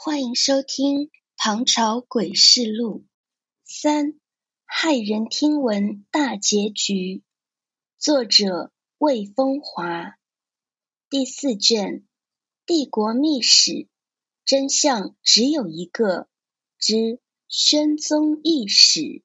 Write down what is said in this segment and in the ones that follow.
欢迎收听《唐朝诡事录》3骇人听闻大结局，作者魏风华，第4卷，帝国秘史，真相只有一个之宣宗异史。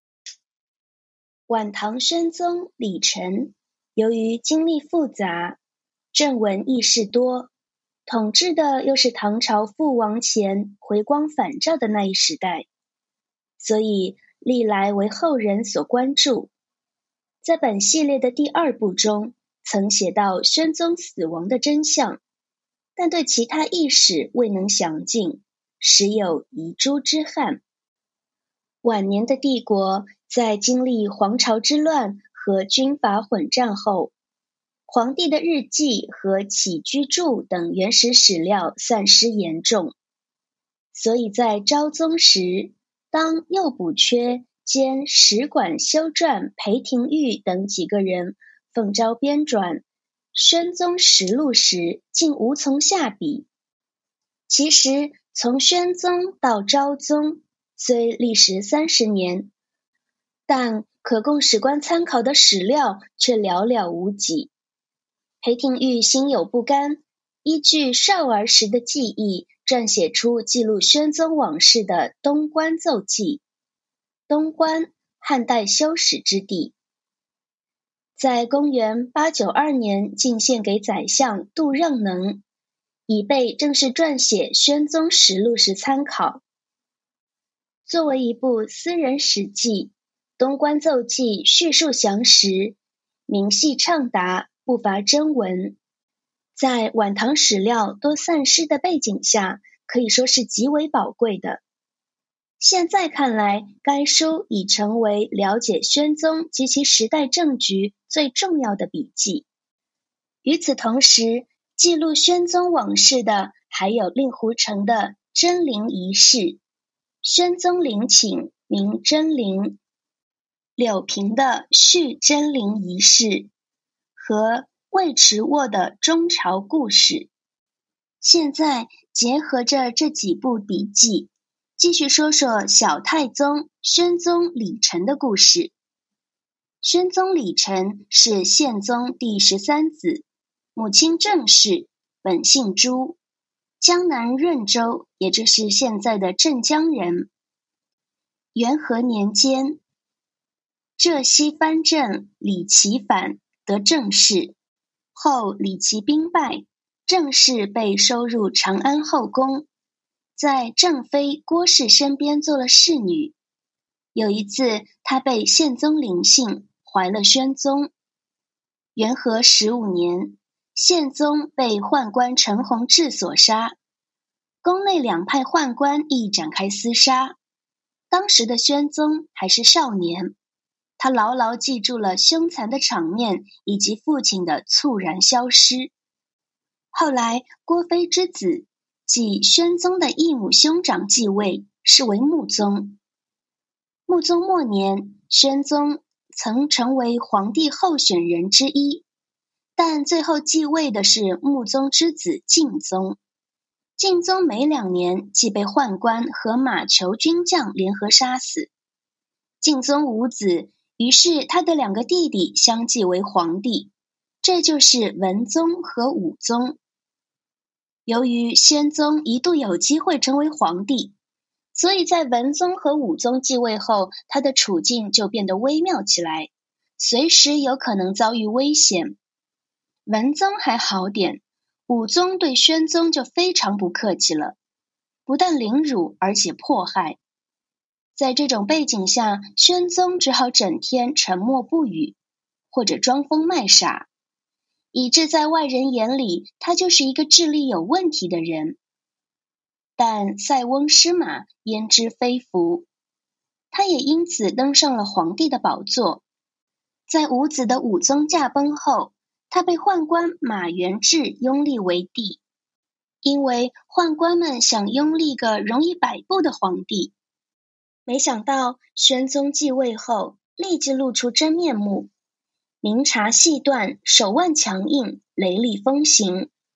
晚唐宣宗李忱，由于经历复杂，政文轶事多，统治的又是唐朝覆亡前回光返照的那一时代，所以历来为后人所关注。在本系列的第2部中，曾写到宣宗死亡的真相，但对其他轶事未能详尽，时有遗珠之憾。晚年的帝国在经历黄巢之乱和军阀混战后，皇帝的日记和起居注等原始史料散失严重，所以在昭宗时，当右补阙兼史馆修撰裴廷玉等几个人奉诏编纂《宣宗实录》时，竟无从下笔。其实从宣宗到昭宗虽历时30年，但可供史官参考的史料却寥寥无几。裴廷玉心有不甘，依据少儿时的记忆，撰写出记录宣宗往事的《东关奏记》。东关，汉代修史之地，在公元892年进献给宰相杜让能，以备正式撰写宣宗实录时参考。作为一部私人史记，《东关奏记》叙述详实，明细畅达，不乏真文，在晚唐史料多散失的背景下，可以说是极为宝贵的。现在看来，该书已成为了解宣宗及其时代政局最重要的笔记。与此同时，记录宣宗往事的还有令狐澄的真灵遗事，宣宗陵寝名真灵，柳平的续真灵遗事，和尉迟渥的中朝故事。现在结合着这几部笔记，继续说说小太宗宣宗李忱的故事。宣宗李忱是宪宗第13子，母亲郑氏，本姓朱，江南润州，也就是现在的镇江人。元和年间，浙西藩镇李琦反，得郑氏，后李琦兵败，郑氏被收入长安后宫，在郑妃郭氏身边做了侍女。有一次，她被宪宗临幸，怀了宣宗。元和15年，宪宗被宦官陈弘志所杀，宫内两派宦官亦展开厮杀。当时的宣宗还是少年，他牢牢记住了凶残的场面以及父亲的猝然消失。后来郭妃之子，即宣宗的异母兄长继位，是为穆宗。穆宗末年，宣宗曾成为皇帝候选人之一，但最后继位的是穆宗之子敬宗。敬宗没2年即被宦官和马厩军将联合杀死。敬宗无子，于是他的2个弟弟相继为皇帝，这就是文宗和武宗。由于宣宗一度有机会成为皇帝，所以在文宗和武宗继位后，他的处境就变得微妙起来，随时有可能遭遇危险。文宗还好点，武宗对宣宗就非常不客气了，不但凌辱，而且迫害。在这种背景下，宣宗只好整天沉默不语，或者装疯卖傻，以致在外人眼里，他就是一个智力有问题的人。但塞翁失马，焉知非福，他也因此登上了皇帝的宝座。在五子的武宗驾崩后，他被宦官马元志拥立为帝，因为宦官们想拥立个容易摆布的皇帝。没想到宣宗继位后，立即露出真面目，明察细断，手腕强硬，雷厉风行，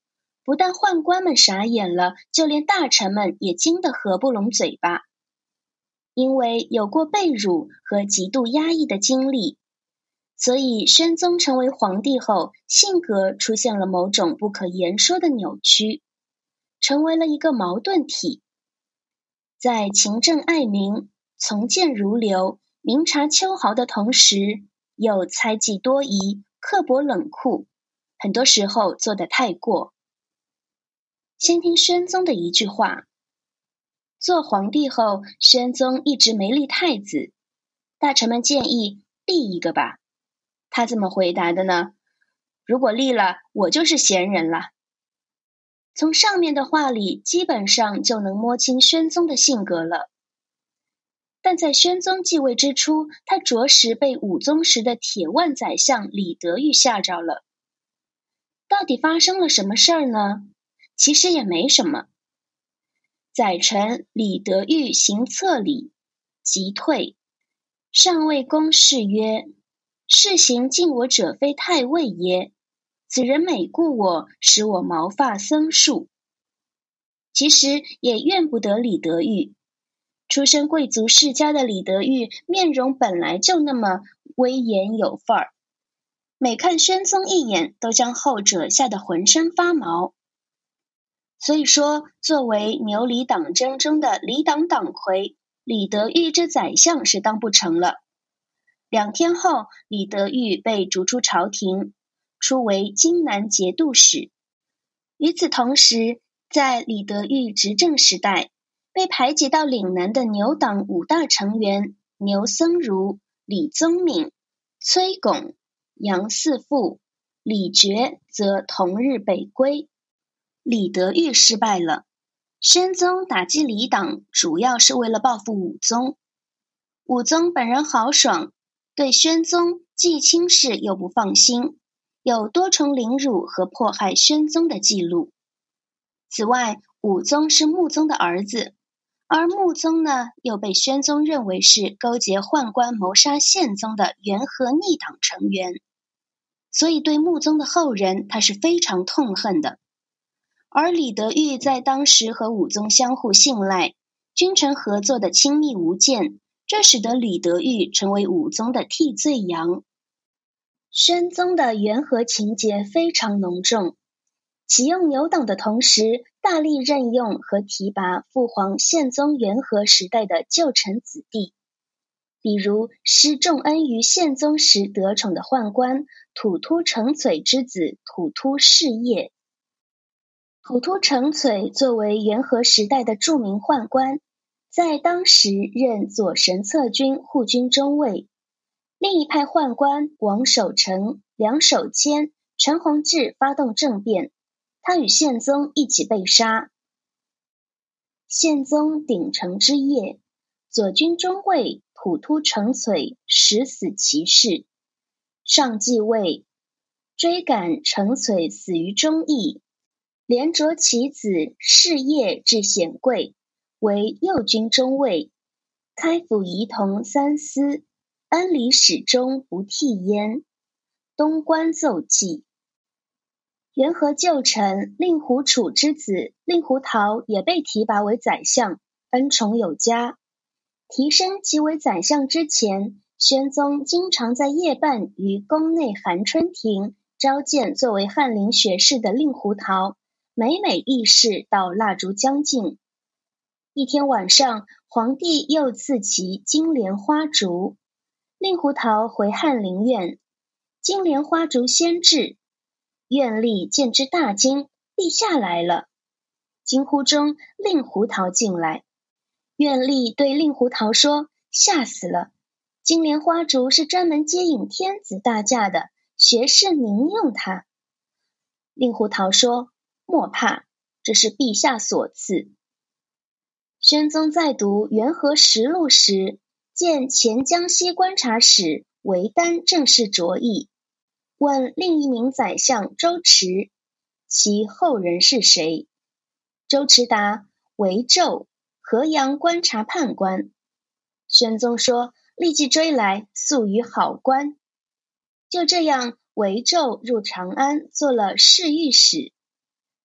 不但宦官们傻眼了，就连大臣们也惊得合不拢嘴巴。因为有过被辱和极度压抑的经历，所以宣宗成为皇帝后，性格出现了某种不可言说的扭曲，成为了一个矛盾体。在勤政爱民、从谏如流、明察秋毫的同时，又猜忌多疑、刻薄冷酷，很多时候做得太过。先听宣宗的一句话。做皇帝后，宣宗一直没立太子，大臣们建议立一个吧。他怎么回答的呢？如果立了，我就是贤人了。从上面的话里，基本上就能摸清宣宗的性格了。但在宣宗继位之初，他着实被武宗时的铁腕宰相李德裕吓着了。到底发生了什么事儿呢？其实也没什么。宰臣李德裕行侧礼，即退。上谓公事曰：事行近我者非太尉耶？此人每顾我，使我毛发僧树。其实也怨不得李德裕。出身贵族世家的李德裕，面容本来就那么威严有范儿，每看宣宗一眼，都将后者吓得浑身发毛。所以说，作为牛李党争中的李党党魁，李德裕这宰相是当不成了。2天后，李德裕被逐出朝廷，出为荆南节度使。与此同时，在李德裕执政时代，被排挤到岭南的牛党5大成员牛僧孺、李宗闵、崔拱、杨嗣富、李傕则同日北归。李德裕失败了，宣宗打击李党主要是为了报复武宗。武宗本人豪爽，对宣宗既轻视又不放心，有多重凌辱和迫害宣宗的记录。此外，武宗是穆宗的儿子，而穆宗呢，又被宣宗认为是勾结宦官谋杀宪宗的元和逆党成员，所以对穆宗的后人他是非常痛恨的。而李德裕在当时和武宗相互信赖，君臣合作的亲密无间，这使得李德裕成为武宗的替罪羊。宣宗的元和情节非常浓重，启用牛党的同时，大力任用和提拔父皇宪宗元和时代的旧臣子弟，比如施重恩于宪宗时得宠的宦官土突成璀之子土突士业。土突成璀作为元和时代的著名宦官，在当时任左神策军护军中尉。另一派宦官王守成、梁守谦、陈弘志发动政变，他与宪宗一起被杀。宪宗鼎成之夜，左军中尉土突成璀实死其事，上继位，追赶成璀死于忠义，连擢其子士业至显贵，为右军中尉，开府仪同三司，恩礼始终不替焉。东关奏记。元和旧臣令狐楚之子令狐桃也被提拔为宰相，恩宠有加。提升其为宰相之前，宣宗经常在夜半于宫内寒春亭召见作为翰林学士的令狐桃，每每议事到蜡烛将尽。一天晚上，皇帝又赐其金莲花烛，令狐桃回翰林院，金莲花烛先至，院吏见之大惊，陛下来了。惊呼中，令狐桃进来，院吏对令狐桃说：吓死了，金莲花烛是专门接引天子大驾的，学士您用它。令狐桃说：莫怕，这是陛下所赐。宣宗在读元和实录时，见前江西观察使韦丹正是着意，问另一名宰相周驰，其后人是谁？周驰答：韦胄，河阳观察判官。宣宗说：立即追来，速予好官。就这样，韦胄入长安做了侍御史。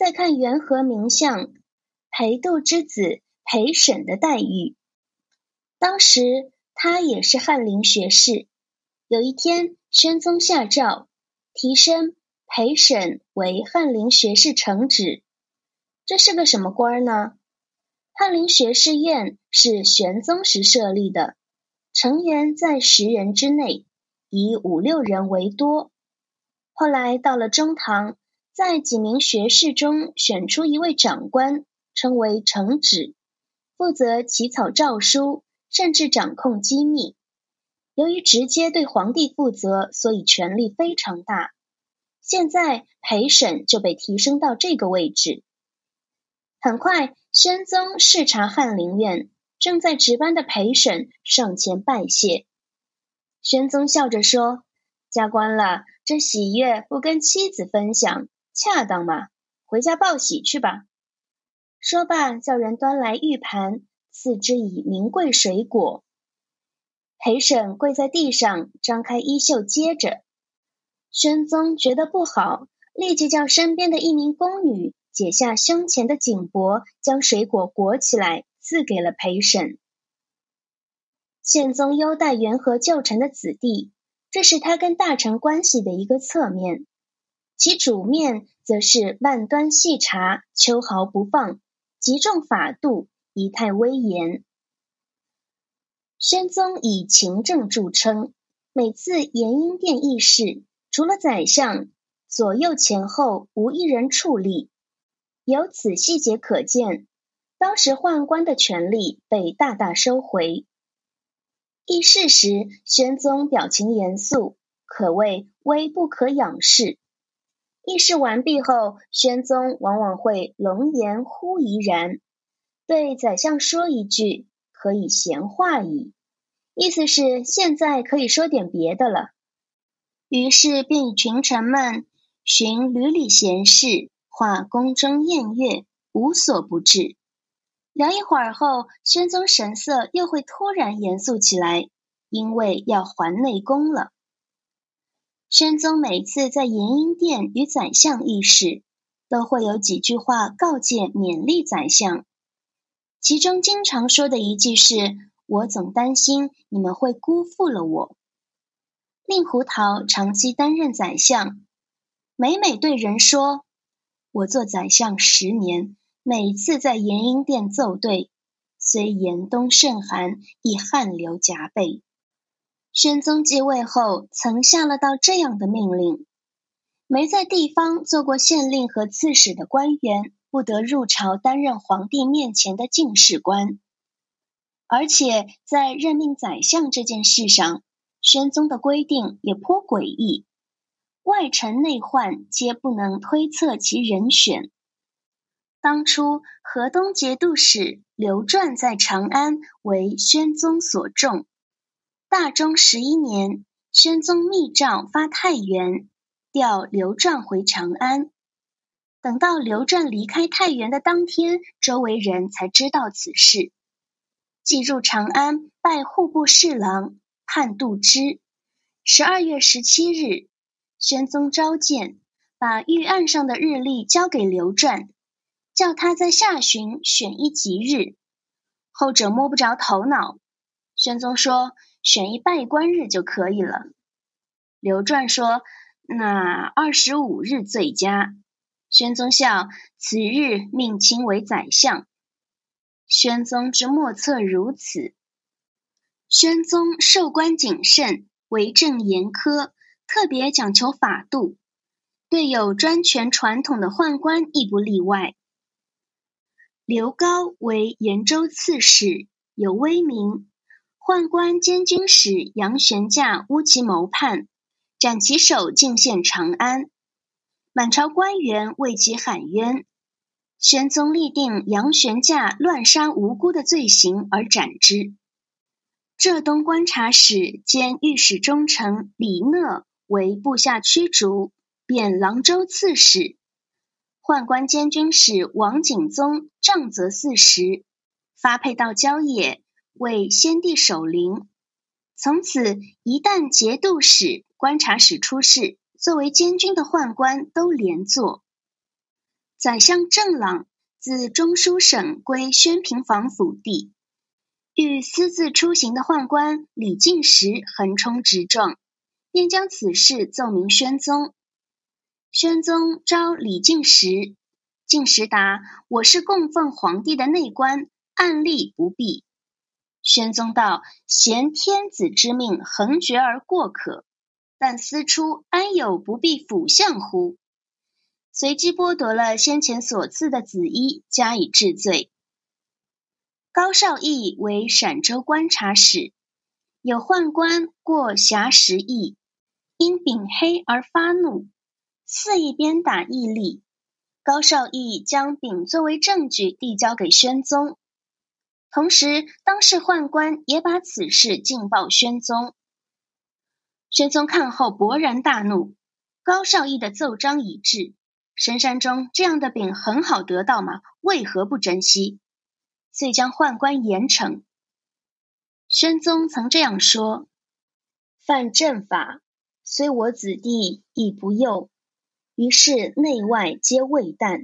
再看元和名相裴度之子裴审的待遇。当时他也是翰林学士，有一天宣宗下诏提升裴审为翰林学士承旨。这是个什么官呢？翰林学士院是玄宗时设立的，成员在10人之内，以5、6人为多。后来到了中唐，在几名学士中选出一位长官，称为承旨，负责起草诏书，甚至掌控机密。由于直接对皇帝负责，所以权力非常大。现在裴审就被提升到这个位置。很快，宣宗视察翰林院，正在值班的裴审上前拜谢。宣宗笑着说：“加官了，这喜悦不跟妻子分享，恰当吗？回家报喜去吧。”说罢，叫人端来玉盘，赐之以名贵水果。裴审跪在地上，张开衣袖接着。宣宗觉得不好，立即叫身边的一名宫女解下胸前的锦帛，将水果裹起来，赐给了裴审。宪宗优待元和旧臣的子弟，这是他跟大臣关系的一个侧面。其主面则是万端细察，秋毫不放，极重法度，仪态威严。宣宗以勤政著称，每次延英殿议事，除了宰相，左右前后无一人处理。由此细节可见，当时宦官的权力被大大收回。议事时，宣宗表情严肃，可谓威不可仰视。议事完毕后，宣宗往往会龙颜忽怡然，对宰相说一句：“可以闲话矣。”意思是现在可以说点别的了。于是便与群臣们寻屡屡闲事，画宫中宴乐，无所不至。聊一会儿后，宣宗神色又会突然严肃起来，因为要还内宫了。宣宗每次在延英殿与宰相议事，都会有几句话告诫勉励宰相。其中经常说的一句是：“我总担心你们会辜负了我。”令狐桃长期担任宰相，每对人说：“我做宰相10年，每次在延英殿奏对，虽严冬甚寒，亦汗流浃背。”宣宗继位后，曾下了道这样的命令：没在地方做过县令和刺史的官员，不得入朝担任皇帝面前的进士官。而且在任命宰相这件事上，宣宗的规定也颇诡异，外臣内宦皆不能推测其人选。当初河东节度使刘传在长安为宣宗所重，大中11年，宣宗密诏发太原，调刘传回长安。等到刘传离开太原的当天，周围人才知道此事。即入长安拜户部侍郎判度之。12月17日，宣宗召见，把御案上的日历交给刘传，叫他在下旬选一吉日。后者摸不着头脑，宣宗说选一拜官日就可以了。刘传说那25日最佳。宣宗笑，此日命卿为宰相。宣宗之莫测如此。宣宗授官谨慎，为政严苛，特别讲求法度，对有专权传统的宦官亦不例外。刘高为延州刺史，有威名。宦官监军使杨玄价诬其谋叛，斩其首进献长安。满朝官员为其喊冤，宣宗立定杨玄价乱杀无辜的罪行而斩之。浙东观察使兼御史中丞李讷为部下驱逐，贬郎州刺史。宦官监军使王景宗杖责40，发配到郊野，为先帝守陵。从此一旦节度使、观察使出事，作为监军的宦官都连坐。 宰相郑朗自中书省归宣平房府邸，遇私自出行的宦官李进时横冲直撞，便将此事奏明宣宗。宣宗召李进时，进时答：我是供奉皇帝的内官，按例不必。宣宗道：贤天子之命，横绝而过可，但私出安有不必辅相乎？随即剥夺了先前所赐的紫衣，加以治罪。高绍义为陕州观察使，有宦官过挟食役，因秉黑而发怒，肆意鞭打义吏。高绍义将丙作为证据递交给宣宗，同时当事宦官也把此事进报宣宗。宣宗看后勃然大怒，高绍义的奏章已至，深山中这样的饼很好得到吗？为何不珍惜？遂将宦官严惩。宣宗曾这样说：犯正法，虽我子弟亦不幼，于是内外皆畏惮。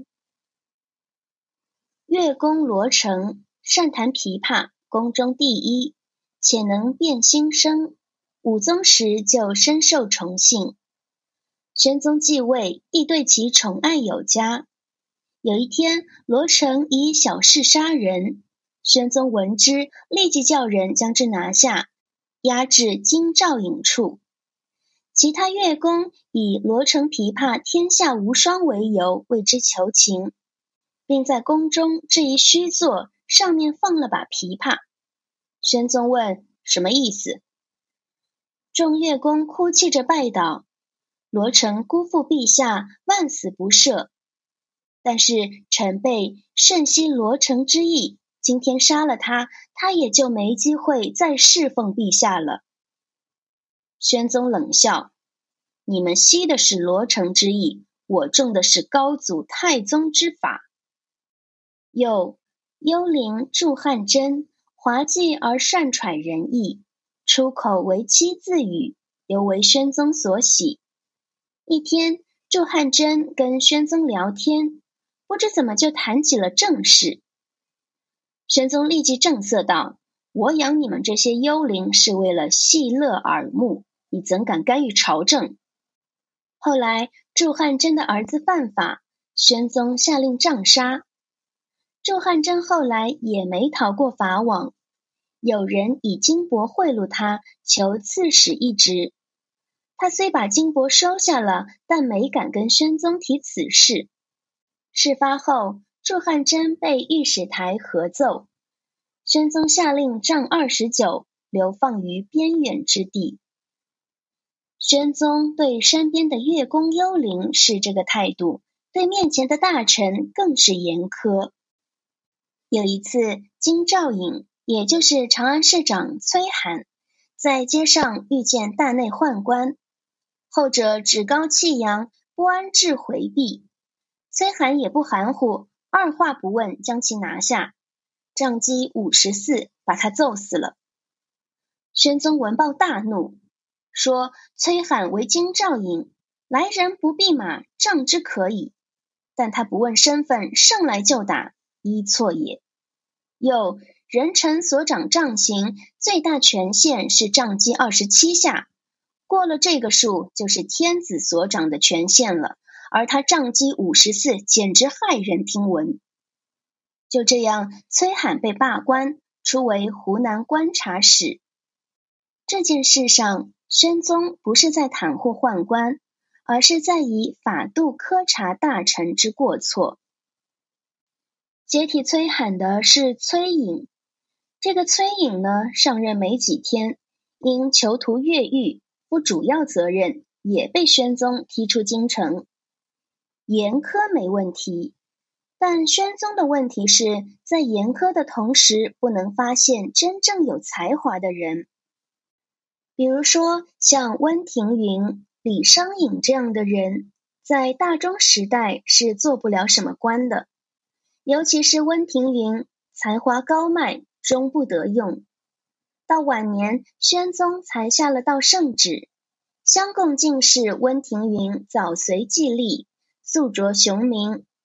乐工罗成善弹琵琶，宫中第一，且能辨心声，武宗时就深受崇信。宣宗继位，亦对其宠爱有加。有一天，罗成以小事杀人，宣宗闻之，立即叫人将之拿下，押至京兆尹处。其他乐工以罗成琵琶天下无双为由为之求情，并在宫中置一虚座，上面放了把琵琶。宣宗问：什么意思？众乐工哭泣着拜倒：罗成辜负陛下，万死不赦。但是臣辈甚惜罗成之意，今天杀了他，他也就没机会再侍奉陛下了。宣宗冷笑：你们惜的是罗成之意，我重的是高祖太宗之法。又幽灵祝汉真，滑稽而善揣人意，出口为妻自语，尤为宣宗所喜。一天，祝汉真跟宣宗聊天，不知怎么就谈起了政事。宣宗立即正色道：我养你们这些幽灵是为了戏乐耳目，你怎敢干预朝政？后来祝汉真的儿子犯法，宣宗下令杖杀。祝汉真后来也没逃过法网，有人以金帛贿赂他，求刺史一职。他虽把金帛收下了，但没敢跟宣宗提此事。事发后，祝汉真被御史台合奏，宣宗下令杖29，流放于边远之地。宣宗对身边的乐工幽灵是这个态度，对面前的大臣更是严苛。有一次，京兆尹，也就是长安市长崔罕，在街上遇见大内宦官，后者趾高气扬，不安置回避。崔罕也不含糊，二话不问将其拿下，杖击54，把他揍死了。宣宗闻报大怒，说崔罕为京兆尹，来人不避马，杖之可以，但他不问身份，上来就打，依错也。又人臣所掌杖刑最大权限是杖击27下，过了这个数就是天子所掌的权限了，而他杖击54，简直骇人听闻。就这样，崔罕被罢官，出为湖南观察使。这件事上，宣宗不是在袒护宦官，而是在以法度苛察大臣之过错。接替崔罕的是崔颖，这个崔颖呢，上任没几天，因囚徒越狱，负主要责任，也被宣宗踢出京城。严苛没问题，但宣宗的问题是在严苛的同时，不能发现真正有才华的人。比如说像温庭筠、李商隐这样的人，在大中时代是做不了什么官的。尤其是温庭筠，才华高迈，终不得用。到晚年，宣宗才下了道圣旨，襄贡进士温庭筠早随季历，素着雄名，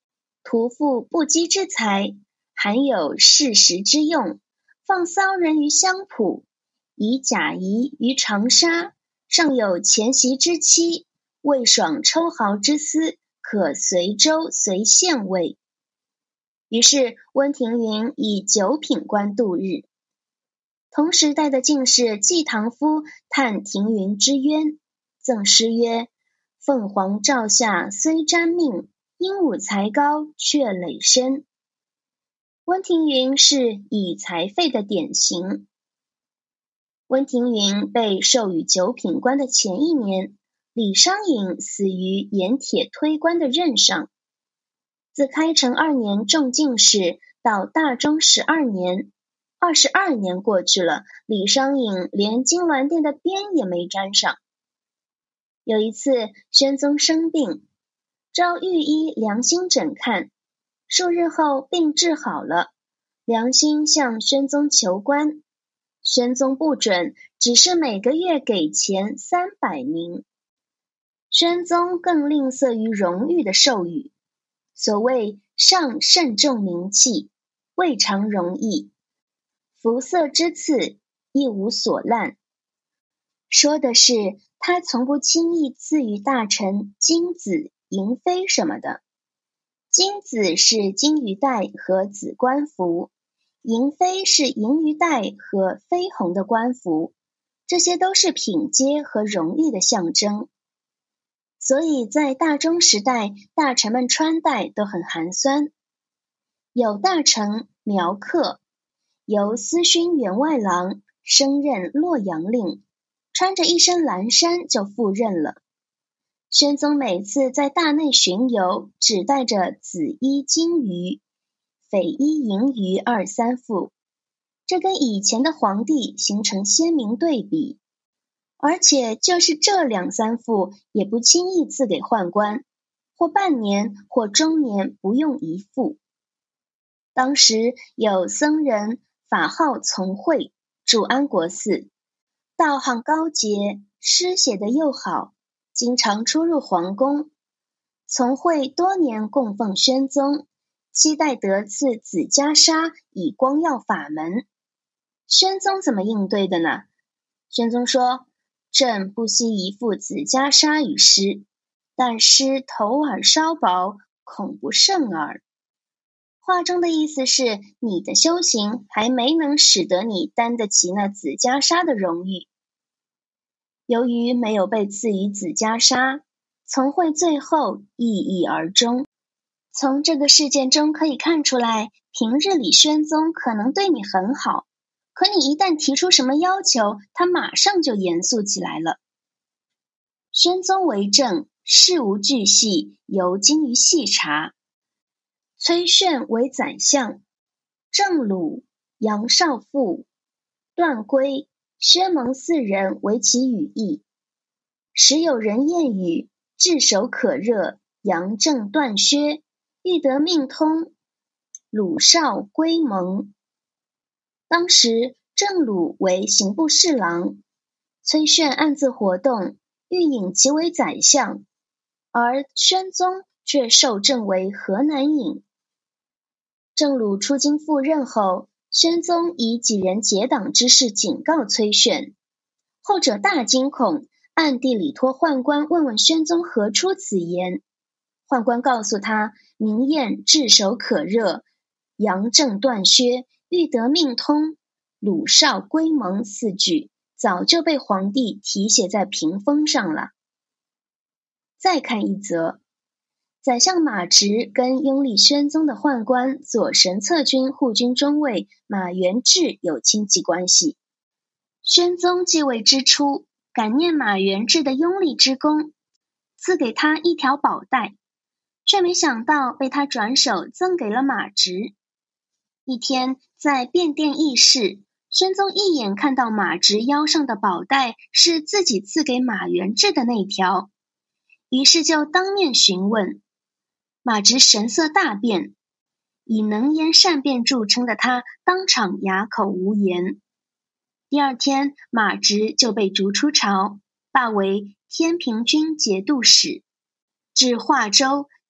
图赋不羁之财，含有世时之用，放骚人于乡浦，以贾谊于长沙，尚有前席之妻，未爽抽毫之私，可随州随县尉。于是温庭筠以九品官度日。同时代的进士季唐夫探庭筠之冤，赠诗曰：凤凰照下虽沾命，鹦鹉才高却累身。温庭筠是以才废的典型。温庭筠被授予九品官的前一年，李商隐死于盐铁推官的任上。自开成2年中进士到大中12年，22年过去了，李商隐连金銮殿的边也没沾上。有一次宣宗生病，召御医梁兴诊看，数日后病治好了，梁兴向宣宗求官，宣宗不准，只是每个月给钱300名。宣宗更吝啬于荣誉的授予，所谓上慎重名器，未尝容易，服色之赐，亦无所滥。说的是他从不轻易赐予大臣金子、银妃什么的。金子是金鱼带和紫官服，银妃是银鱼带和绯红的官服，这些都是品阶和荣誉的象征。所以在大中时代，大臣们穿戴都很寒酸。有大臣苗克，由司勋员外郎升任洛阳令，穿着一身蓝衫就赴任了。宣宗每次在大内巡游，只带着紫衣金鱼、绯衣银鱼2、3副，这跟以前的皇帝形成鲜明对比。而且就是这2、3副也不轻易赐给宦官，或半年或中年不用1副。当时有僧人法号从慧，住安国寺，道行高洁，诗写得又好，经常出入皇宫。从慧多年供奉宣宗，期待得赐紫袈裟以光耀法门。宣宗怎么应对的呢？宣宗说：朕不惜一副紫袈裟与师，但师头耳稍薄，恐不胜耳。话中的意思是，你的修行还没能使得你担得起那紫袈裟的荣誉。由于没有被赐予紫袈裟，从慧最后抑郁而终。从这个事件中可以看出来，平日里宣宗可能对你很好，可你一旦提出什么要求，他马上就严肃起来了。宣宗为政，事无巨细，尤精于细察。崔铉为宰相，郑鲁、杨少傅、段珪、薛蒙4人为其羽翼。时有人谚语：炙手可热，杨正断薛，欲得命通，鲁少归蒙。当时郑鲁为刑部侍郎，崔铉暗自活动，欲引其为宰相，而宣宗却授郑为河南尹。郑鲁出京赴任后，宣宗以几人结党之事警告崔铉，后者大惊恐，暗地里托宦官问问宣宗何出此言。宦官告诉他，明谚炙手可热，杨正断薛，欲得命通，鲁少归蒙4句早就被皇帝题写在屏风上了。再看一则，宰相马直跟拥立宣宗的宦官左神策军护军中尉马元志有亲戚关系。宣宗继位之初，感念马元志的拥立之功，赐给他一条宝带，却没想到被他转手赠给了马直。一天在便殿议事，宣宗一眼看到马直腰上的宝带是自己赐给马元志的那条，于是就当面询问。马直神色大变，以能言善辩著称的他当场哑口无言。第2天，马直就被逐出朝，罢为天平军节度使，至华州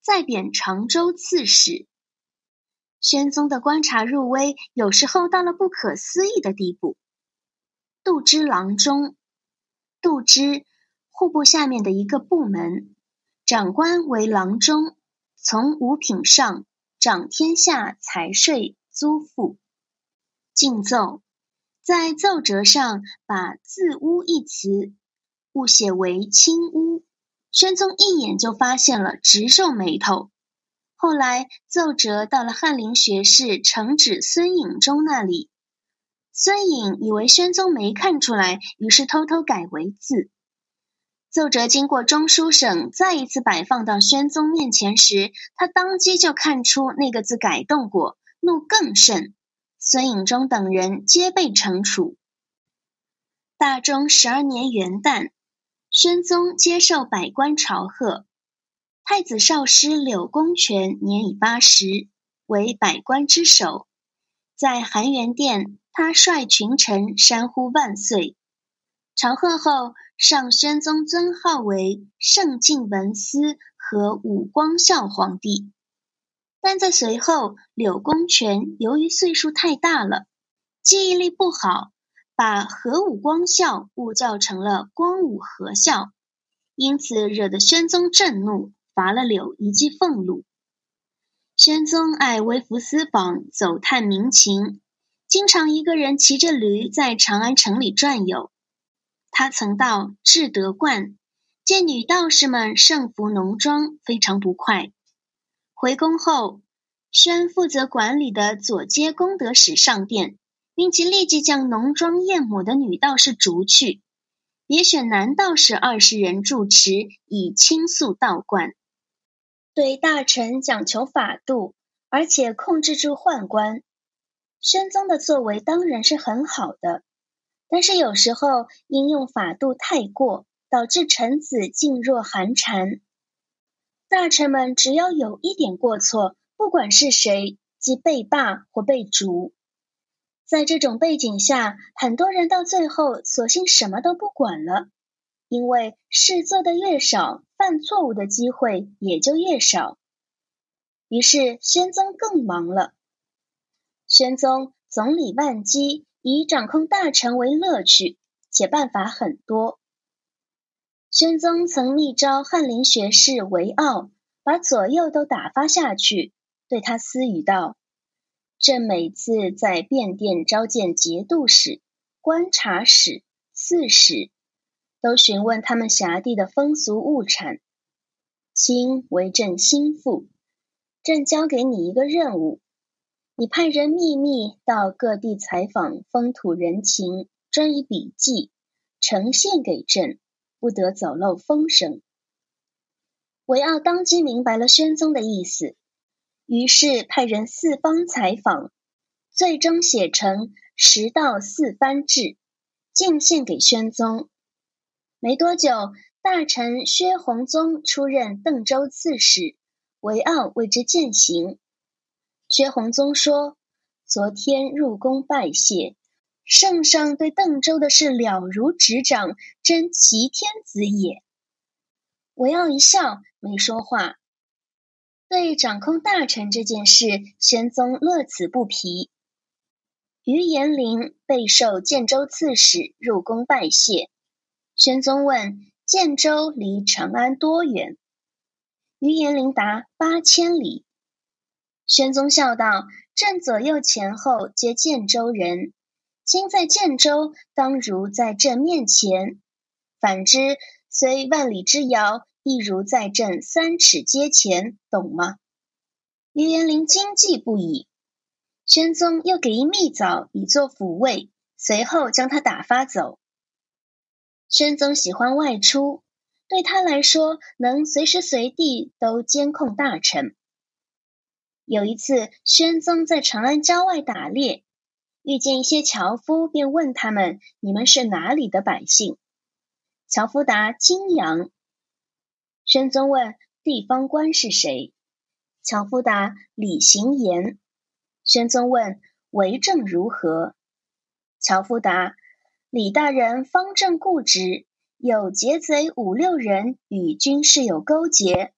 再贬常州刺史。宣宗的观察入微，有时候到了不可思议的地步。度支郎中，度支，户部下面的一个部门，长官为郎中，从五品上，掌天下财税租赋。进奏，在奏折上把自污一词误写为轻污，宣宗一眼就发现了，直皱眉头。后来奏折到了翰林学士承旨孙颖中那里，孙颖以为宣宗没看出来，于是偷偷改为字。奏折经过中书省再一次摆放到宣宗面前时，他当即就看出那个字改动过，怒更甚。孙颖中等人皆被惩处。大中12年元旦，宣宗接受百官朝贺。太子少师柳公权年已80，为百官之首。在含元殿，他率群臣山呼万岁。朝贺后，上宣宗尊号为圣晋文思和武光孝皇帝。但在随后，柳公权由于岁数太大了，记忆力不好，把和武光孝误叫成了光武和孝，因此惹得宣宗震怒，罚了柳一记俸禄。宣宗爱微服私访，走探民情，经常一个人骑着驴在长安城里转悠。他曾到至德观，见女道士们盛服浓妆，非常不快。回宫后，宣负责管理的左街功德使上殿，命其立即将浓妆艳抹的女道士逐去，别选男道士20人住持，以倾诉道观。对大臣讲求法度，而且控制住宦官。宣宗的作为当然是很好的，但是有时候因用法度太过，导致臣子噤若寒蝉。大臣们只要有一点过错，不管是谁，即被罢或被逐。在这种背景下，很多人到最后索性什么都不管了，因为事做得越少，犯错误的机会也就越少。于是宣宗更忙了。宣宗总理万机，以掌控大臣为乐趣，且办法很多。宣宗曾密召翰林学士韦傲，把左右都打发下去，对他私语道：朕每次在便殿召见节度使、观察使、刺史，都询问他们辖地的风俗物产。卿为朕心腹，朕交给你一个任务，你派人秘密到各地采访风土人情，专以笔记呈现给朕，不得走漏风声。韦傲当即明白了宣宗的意思，于是派人四方采访，最终写成10道4藩志，进献给宣宗。没多久，大臣薛弘宗出任邓州刺史，韦傲为之饯行。薛弘宗说：昨天入宫拜谢，圣上对邓州的事了如指掌，真齐天子也。韦傲一笑，没说话。对掌控大臣这件事，宣宗乐此不疲。于延龄被授建州刺史，入宫拜谢。宣宗问建州离长安多远？于延龄答8000里。宣宗笑道：朕左右前后皆建州人，卿在建州，当如在朕面前；反之，虽万里之遥，亦如在朕3尺阶前，懂吗？于延龄惊悸不已。宣宗又给一蜜枣以作抚慰，随后将他打发走。宣宗喜欢外出，对他来说，能随时随地都监控大臣。有一次，宣宗在长安郊外打猎，遇见一些樵夫，便问他们：你们是哪里的百姓？樵夫答：泾阳。宣宗问：地方官是谁？樵夫答：李行言。宣宗问：为政如何？樵夫答：李大人方正固执，有劫贼5、6人与军士有勾结，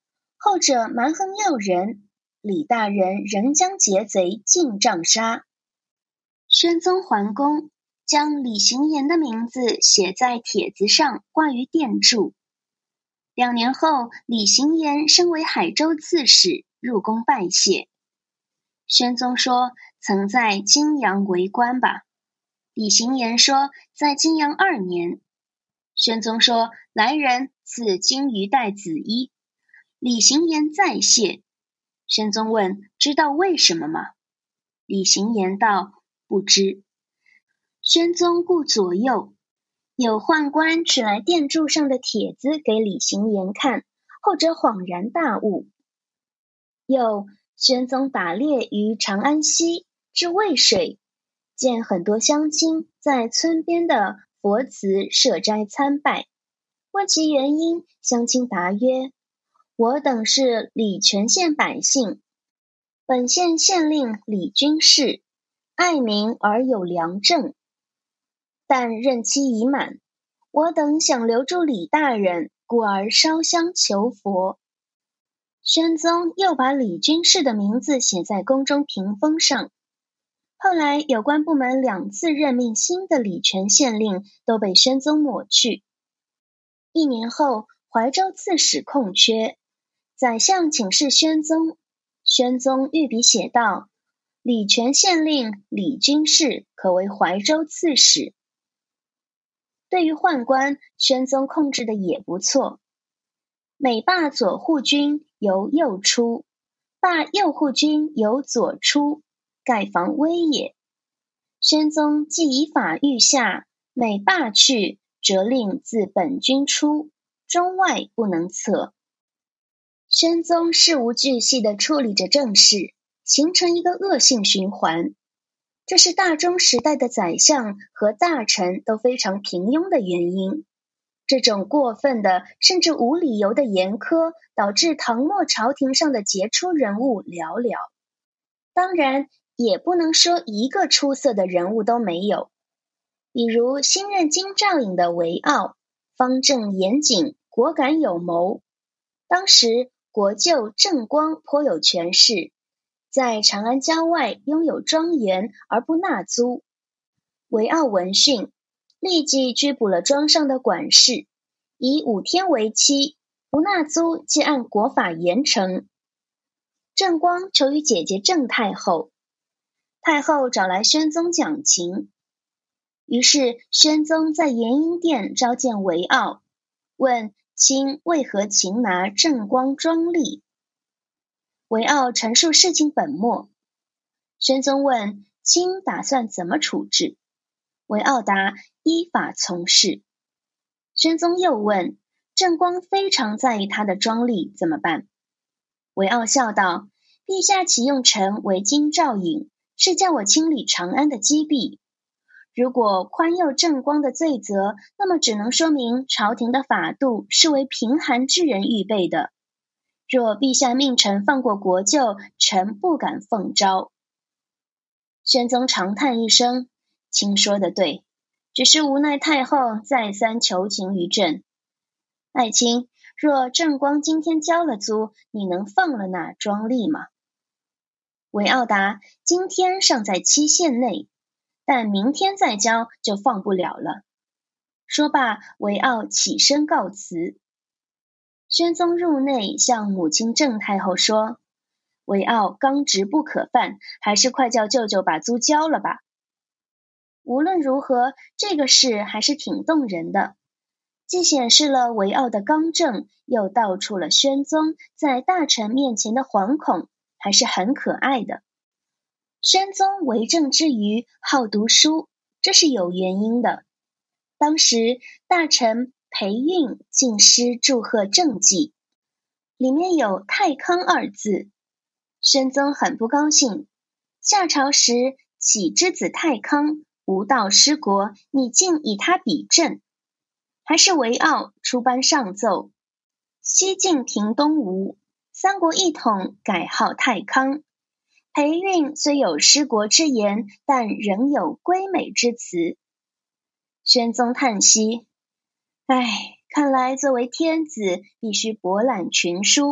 后者蛮横要人，李大人仍将劫贼尽杖杀。宣宗还宫，将李行言的名字写在帖子上，挂于殿柱。2年后，李行言升为海州刺史，入宫拜谢。宣宗说：“曾在金阳为官吧？”李行言说：“在金阳2年。”宣宗说：“来人，赐金鱼带紫衣。”李行言再谢。宣宗问：“知道为什么吗？”李行言道：“不知。”宣宗顾左右，有宦官取来殿柱上的帖子给李行言看，后者恍然大悟。又宣宗打猎于长安西，至渭水，见很多乡亲在村边的佛祠设斋参拜，问其原因，乡亲答曰：“我等是礼泉县百姓，本县县令李君士，爱民而有良政，但任期已满，我等想留住李大人，故而烧香求佛。”宣宗又把李君士的名字写在宫中屏风上。后来有关部门2次任命新的礼泉县令，都被宣宗抹去。1年后，怀州刺史空缺，宰相请示宣宗，宣宗御笔写道：“礼泉县令李君士可为怀州刺史。”对于宦官，宣宗控制的也不错。每罢左护军由右出，罢右护军由左出，盖防威也。宣宗既以法御下，每罢去，责令自本军出，中外不能测。宣宗事无巨细地处理着政事，形成一个恶性循环。这是大中时代的宰相和大臣都非常平庸的原因。这种过分的甚至无理由的严苛，导致唐末朝廷上的杰出人物寥寥。当然，也不能说一个出色的人物都没有。比如新任京兆尹的韦骜，方正严谨，果敢有谋。当时国舅郑光颇有权势，在长安郊外拥有庄园而不纳租。韦骜闻讯，立即拘捕了庄上的管事，以5天为期，不纳租即按国法严惩。郑光求于姐姐郑太后，太后找来宣宗讲情。于是宣宗在延英殿召见韦骜，问卿为何擒拿郑光庄吏。韦骜陈述事情本末。宣宗问卿打算怎么处置？韦骜答：依法从事。宣宗又问郑光非常在意他的庄吏怎么办？韦骜笑道：陛下启用臣为京兆尹，是叫我清理长安的积弊。如果宽宥郑光的罪责，那么只能说明朝廷的法度是为贫寒之人预备的。若陛下命臣放过国舅，臣不敢奉诏。宣宗长叹一声：卿说得对，只是无奈太后再三求情于朕。爱卿，若郑光今天交了租，你能放了那庄吏吗？韦骜答：今天尚在期限内，但明天再交就放不了了。说罢，韦骜起身告辞。宣宗入内向母亲郑太后说：韦骜刚直不可犯，还是快叫舅舅把租交了吧。无论如何，这个事还是挺动人的，既显示了韦骜的刚正，又道出了宣宗在大臣面前的惶恐，还是很可爱的。宣宗为政之余好读书，这是有原因的。当时大臣裴运进诗祝贺政绩，里面有太康2字，宣宗很不高兴。夏朝时启之子太康无道失国，你竟以他比朕。还是韦骜出班上奏：西晋平东吴，三国一统，改号太康。裴运虽有失国之言，但仍有归美之词。宣宗叹息：看来作为天子必须博览群书，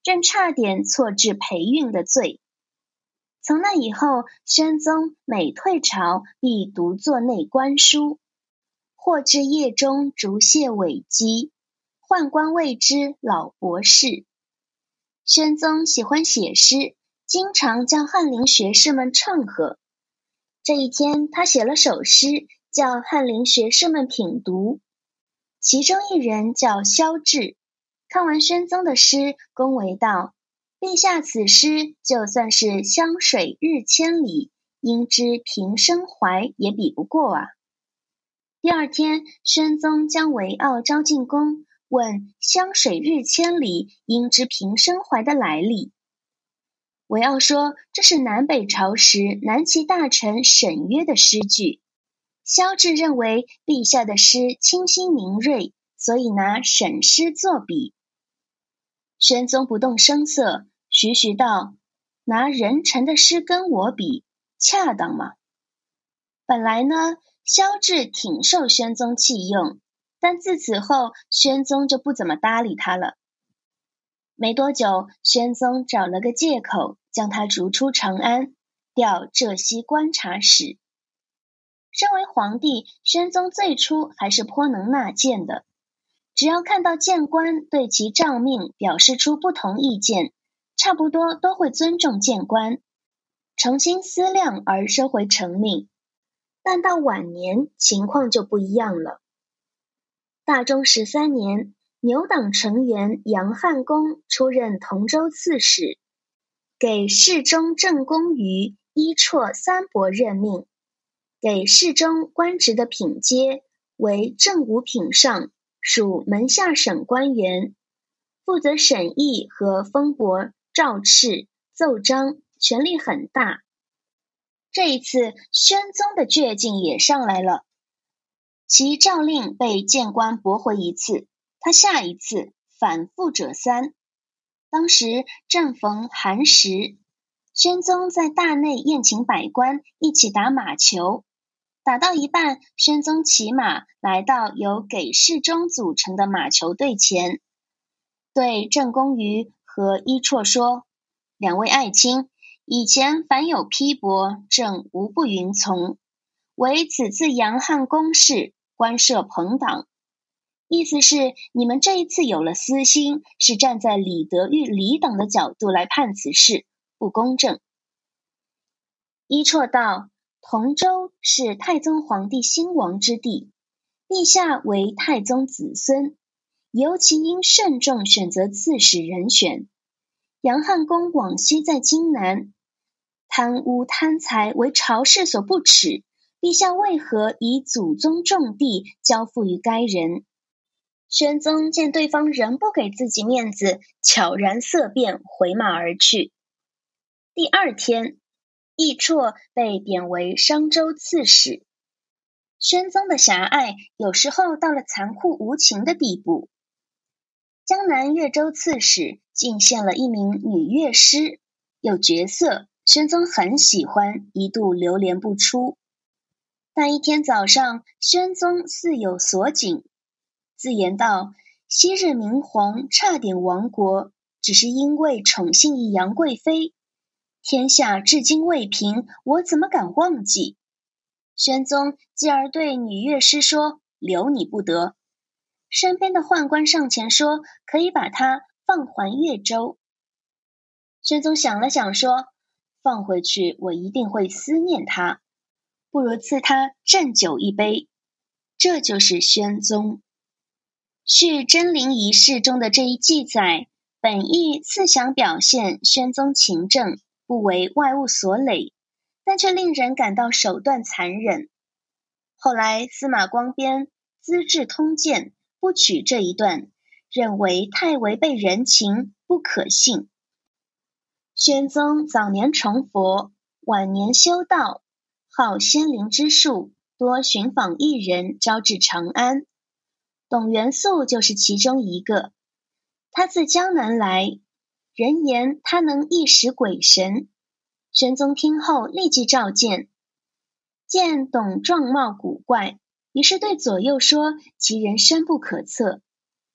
正差点错置培运的罪。从那以后，宣宗每退朝必独坐内官书，或至夜中逐谢尾机，宦官谓之老博士。宣宗喜欢写诗，经常叫翰林学士们唱和。这一天，他写了首诗，叫翰林学士们品读。其中一人叫萧志，看完宣宗的诗，恭维道：陛下此诗就算是湘水日千里，应知平生怀也比不过啊。第二天，宣宗将韦傲招进宫，问湘水日千里，应知平生怀的来历。韦傲说这是南北朝时南齐大臣沈约的诗句。萧志认为陛下的诗清新明锐，所以拿沈诗作比。宣宗不动声色，徐徐道：拿人臣的诗跟我比，恰当吗？本来呢，萧志挺受宣宗器用，但自此后，宣宗就不怎么搭理他了。没多久，宣宗找了个借口，将他逐出长安，调浙西观察使。身为皇帝，宣宗最初还是颇能纳谏的，只要看到谏官对其诏命表示出不同意见，差不多都会尊重谏官，重新思量而收回成命。但到晚年，情况就不一样了。大中13年，牛党成员杨汉公出任同州刺史，给侍中郑公瑜、伊绰三伯任命，给侍中官职的品阶为正五品上，属门下省官员，负责审议和封驳诏敕、奏章，权力很大。这一次，宣宗的倔劲也上来了。其诏令被谏官驳回一次，他下一次反复者三。当时正逢寒食，宣宗在大内宴请百官，一起打马球。打到一半，宣宗骑马来到由给事中组成的马球队前，对郑公瑜和伊绰说：两位爱卿，以前凡有批驳，朕无不允从，唯此次杨汉公事，官设朋党。意思是你们这一次有了私心，是站在李德裕李党的角度来判此事，不公正。伊绰道：同州是太宗皇帝兴亡之地，陛下为太宗子孙，尤其应慎重选择刺史人选。杨汉公往昔在荆南，贪污贪财为朝事所不齿，陛下为何以祖宗重地交付于该人？宣宗见对方仍不给自己面子，悄然色变，回马而去。第二天，伊绰被贬为商州刺史。宣宗的狭隘有时候到了残酷无情的地步。江南越州刺史进献了一名女乐师，有绝色，宣宗很喜欢，一度流连不出。但一天早上，宣宗似有所景，自言道：昔日明皇差点亡国，只是因为宠幸一杨贵妃，天下至今未平，我怎么敢忘记？宣宗继而对女乐师说：留你不得。身边的宦官上前说：可以把她放还越州。宣宗想了想说：放回去我一定会思念她，不如赐她鸩酒一杯。这就是宣宗。续真灵仪式中的这一记载，本意似想表现宣宗勤政，不为外物所累，但却令人感到手段残忍。后来司马光编《资治通鉴》不取这一段，认为太违背人情，不可信。宣宗早年崇佛，晚年修道，好仙灵之术，多寻访异人，招至长安。董元素就是其中一个。他自江南来，人言他能一识鬼神。宣宗听后立即召见，见董状貌古怪，于是对左右说其人深不可测。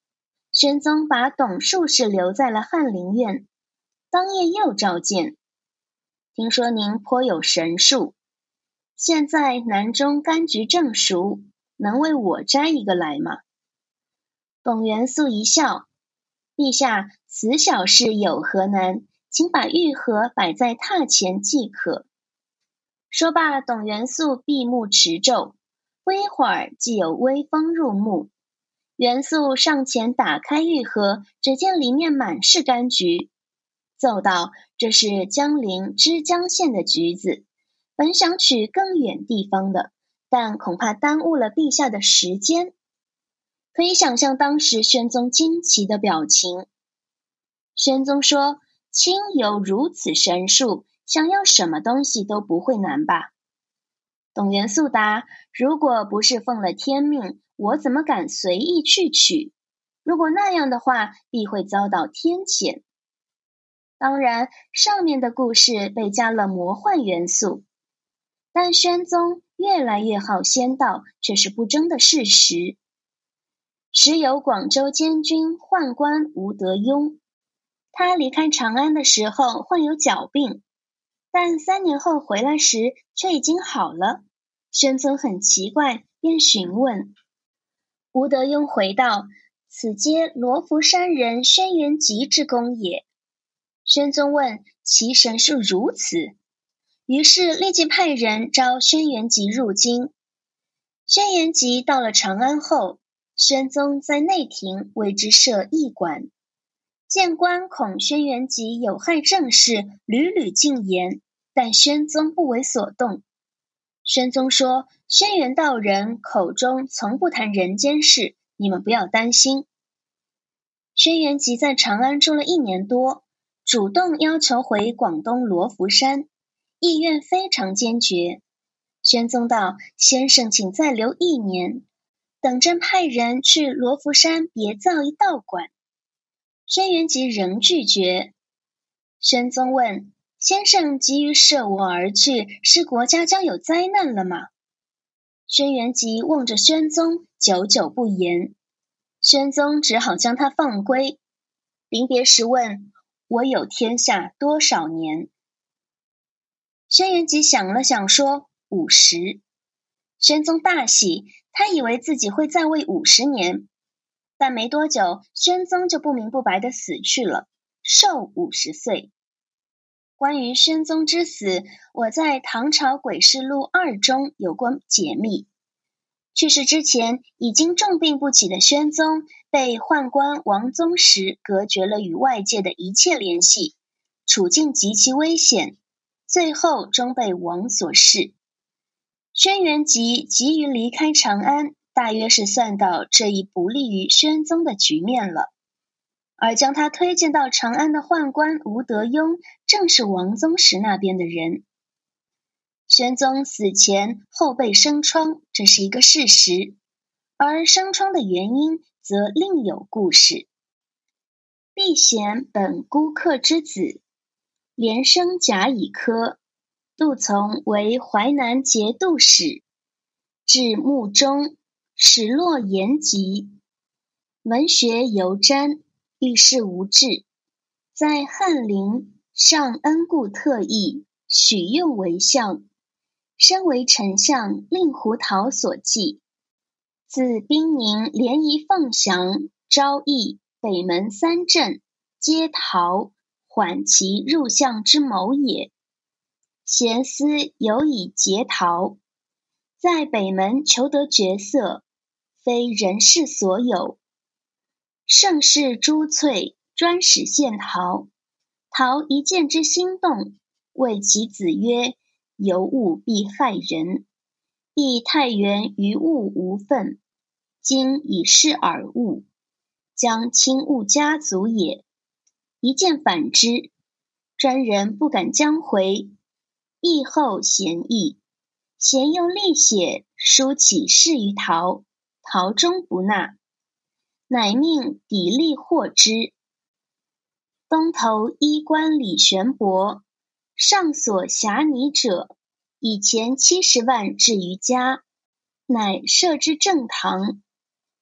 宣宗把董术士留在了翰林院，当夜又召见，听说您颇有神术，现在南中柑橘正熟，能为我摘一个来吗？董元素一笑，陛下，此小事有何难，请把玉盒摆在榻前即可。说罢，董元素闭目持咒，不一会儿即有微风入目。元素上前打开玉盒，只见里面满是柑橘，奏道：这是江陵枝江县的橘子，本想取更远地方的，但恐怕耽误了陛下的时间。可以想象当时宣宗惊奇的表情。宣宗说：卿有如此神术，想要什么东西都不会难吧？董元素答：如果不是奉了天命，我怎么敢随意去取？如果那样的话，必会遭到天谴。当然，上面的故事被加了魔幻元素，但宣宗越来越好仙道，却是不争的事实。时有广州监军宦官吴德庸，他离开长安的时候患有脚病，但3年后回来时却已经好了。宣宗很奇怪，便询问。吴德庸回道：此皆罗浮山人轩辕吉之功也。宣宗问：其神是如此？于是立即派人召轩辕吉入京。轩辕吉到了长安后，宣宗在内廷为之设驿馆。谏官恐轩辕吉有害政事，屡屡进言，但宣宗不为所动。宣宗说：轩辕道人口中从不谈人间事，你们不要担心。轩辕吉在长安住了1年多，主动要求回广东罗浮山，意愿非常坚决。宣宗道：先生请再留1年，等朕派人去罗浮山别造一道馆。轩辕吉仍拒绝。宣宗问：先生急于舍我而去，是国家将有灾难了吗？轩辕吉望着宣宗，久久不言。宣宗只好将他放归。临别时问：我有天下多少年？轩辕吉想了想说：50。宣宗大喜，他以为自己会在位50年，但没多久，宣宗就不明不白地死去了，寿50岁。关于宣宗之死，我在《唐朝诡事录2》中有过解密。去世之前，已经重病不起的宣宗，被宦官王宗实隔绝了与外界的一切联系，处境极其危险，最后终被王所弑。轩辕吉急于离开长安，大约是算到这一不利于宣宗的局面了。而将他推荐到长安的宦官吴德庸，正是王宗实那边的人。宣宗死前后背生疮，这是一个事实，而生疮的原因则另有故事。避嫌本孤客之子，连生甲乙科，杜从为淮南节度使，至穆中，始落延吉，文学尤瞻，遇事无志，在翰林上恩顾特议，许用为相，身为丞相令狐桃所忌。自兵宁、联谊、凤翔、昭义、北门3镇，皆桃缓其入相之谋也。贤思有以结桃，在北门求得绝色，非人世所有。盛世珠翠，专使献桃，桃一见之心动，谓其子曰：尤物必害人，必太原于物无分，今以示尔物，将轻误家族也。一见反之，专人不敢将回，议后嫌议，嫌又力写书起事于桃，桃终不纳，乃命砥砺获之。东头医官李玄伯，上所辖拟者，以前70万置于家，乃设之正堂。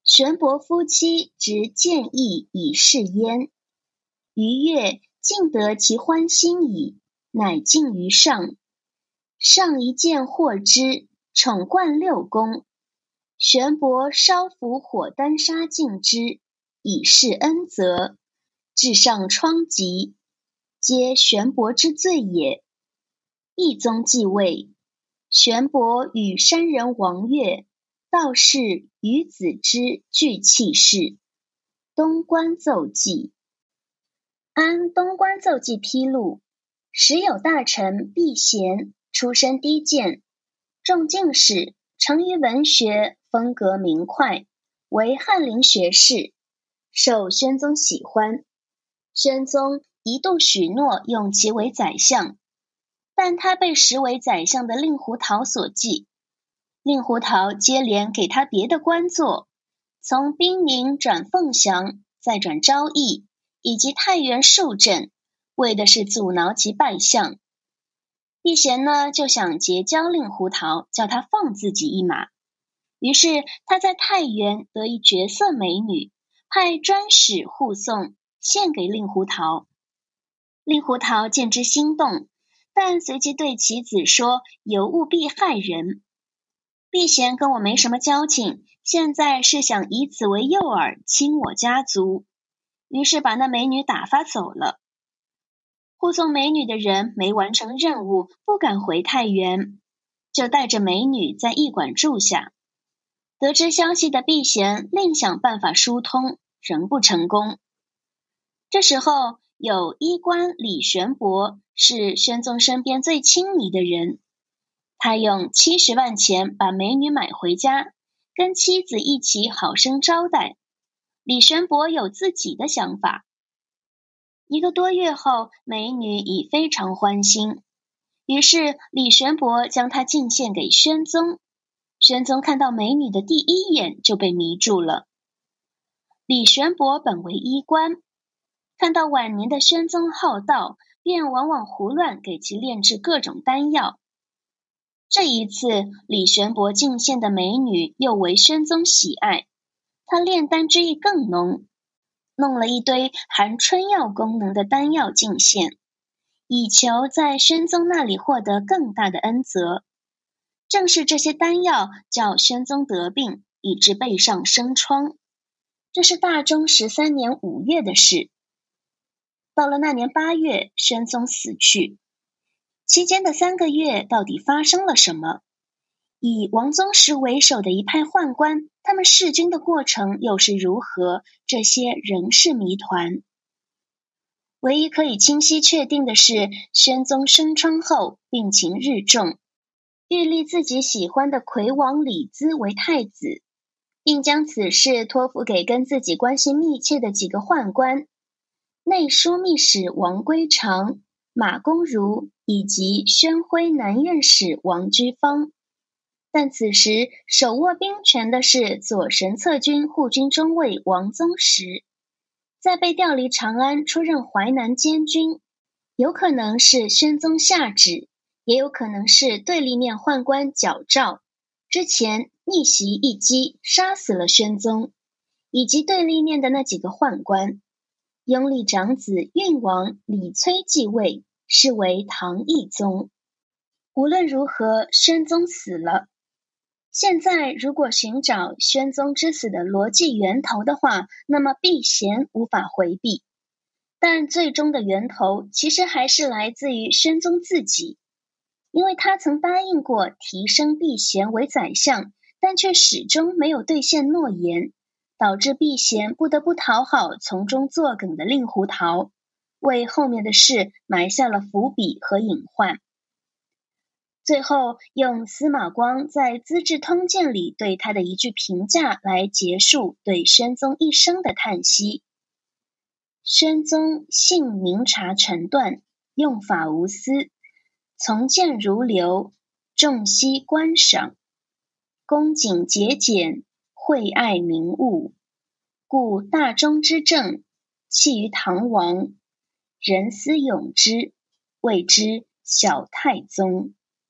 玄伯夫妻执建议以示焉。余悦，尽得其欢心矣，乃进于上。上一见获之，宠冠六宫。玄伯烧符火丹砂敬之，以示恩泽。至上疮疾，皆玄伯之罪也。懿宗继位，玄伯与山人王悦、道士于子之俱弃世。东关奏记。按东关奏记披露，时有大臣避嫌，出身低贱，中进士，成于文学，风格明快，为翰林学士，受宣宗喜欢。宣宗一度许诺用其为宰相，但他被实为宰相的令狐桃所忌。令狐桃接连给他别的官做，从兵宁转凤翔，再转昭义，以及太原数镇，为的是阻挠其拜相。避嫌呢，就想结交令狐桃，叫他放自己一马。于是他在太原得一绝色美女，派专使护送，献给令狐桃。令狐桃见之心动，但随即对其子说，有务必害人。避嫌跟我没什么交情，现在是想以此为诱饵，侵我家族，于是把那美女打发走了。护送美女的人没完成任务，不敢回太原，就带着美女在驿馆住下。得知消息的避嫌另想办法疏通，仍不成功。这时候有医官李玄伯，是宣宗身边最亲密的人，他用70万钱把美女买回家，跟妻子一起好生招待。李玄伯有自己的想法。1个多月后，美女已非常欢心，于是李玄伯将她进献给宣宗。宣宗看到美女的第一眼就被迷住了。李玄伯本为医官，看到晚年的宣宗好道，便往往胡乱给其炼制各种丹药。这一次，李玄伯进献的美女又为宣宗喜爱，他炼丹之意更浓，弄了一堆含春药功能的丹药进献，以求在宣宗那里获得更大的恩泽。正是这些丹药叫宣宗得病，以致背上生疮。这是大中13年5月的事。到了那年8月，宣宗死去。期间的3个月到底发生了什么？以王宗实为首的一派宦官，他们弑君的过程又是如何？这些仍是谜团。唯一可以清晰确定的是，宣宗生疮后病情日重，欲立自己喜欢的魁王李兹为太子，并将此事托付给跟自己关系密切的几个宦官，内枢密使王归常、马公如以及宣徽南院使王居方。但此时手握兵权的是左神策军护军中尉王宗实，在被调离长安出任淮南监军，有可能是宣宗下旨，也有可能是对立面宦官矫诏，之前逆袭一击杀死了宣宗，以及对立面的那几个宦官。拥立长子运王李崔继位，是为唐懿宗。无论如何，宣宗死了。现在如果寻找宣宗之死的逻辑源头的话，那么避嫌无法回避。但最终的源头其实还是来自于宣宗自己，因为他曾答应过提升避嫌为宰相，但却始终没有兑现诺言，导致避嫌不得不讨好从中作梗的令狐桃，为后面的事埋下了伏笔和隐患。最后用司马光在《资治通鉴》里对他的一句评价来结束对宣宗一生的叹息：宣宗性明察诚断，用法无私，从谏如流，重惜观赏，恭谨节俭，惠爱民物，故大中之政弃于唐王，人思咏之，谓之小太宗。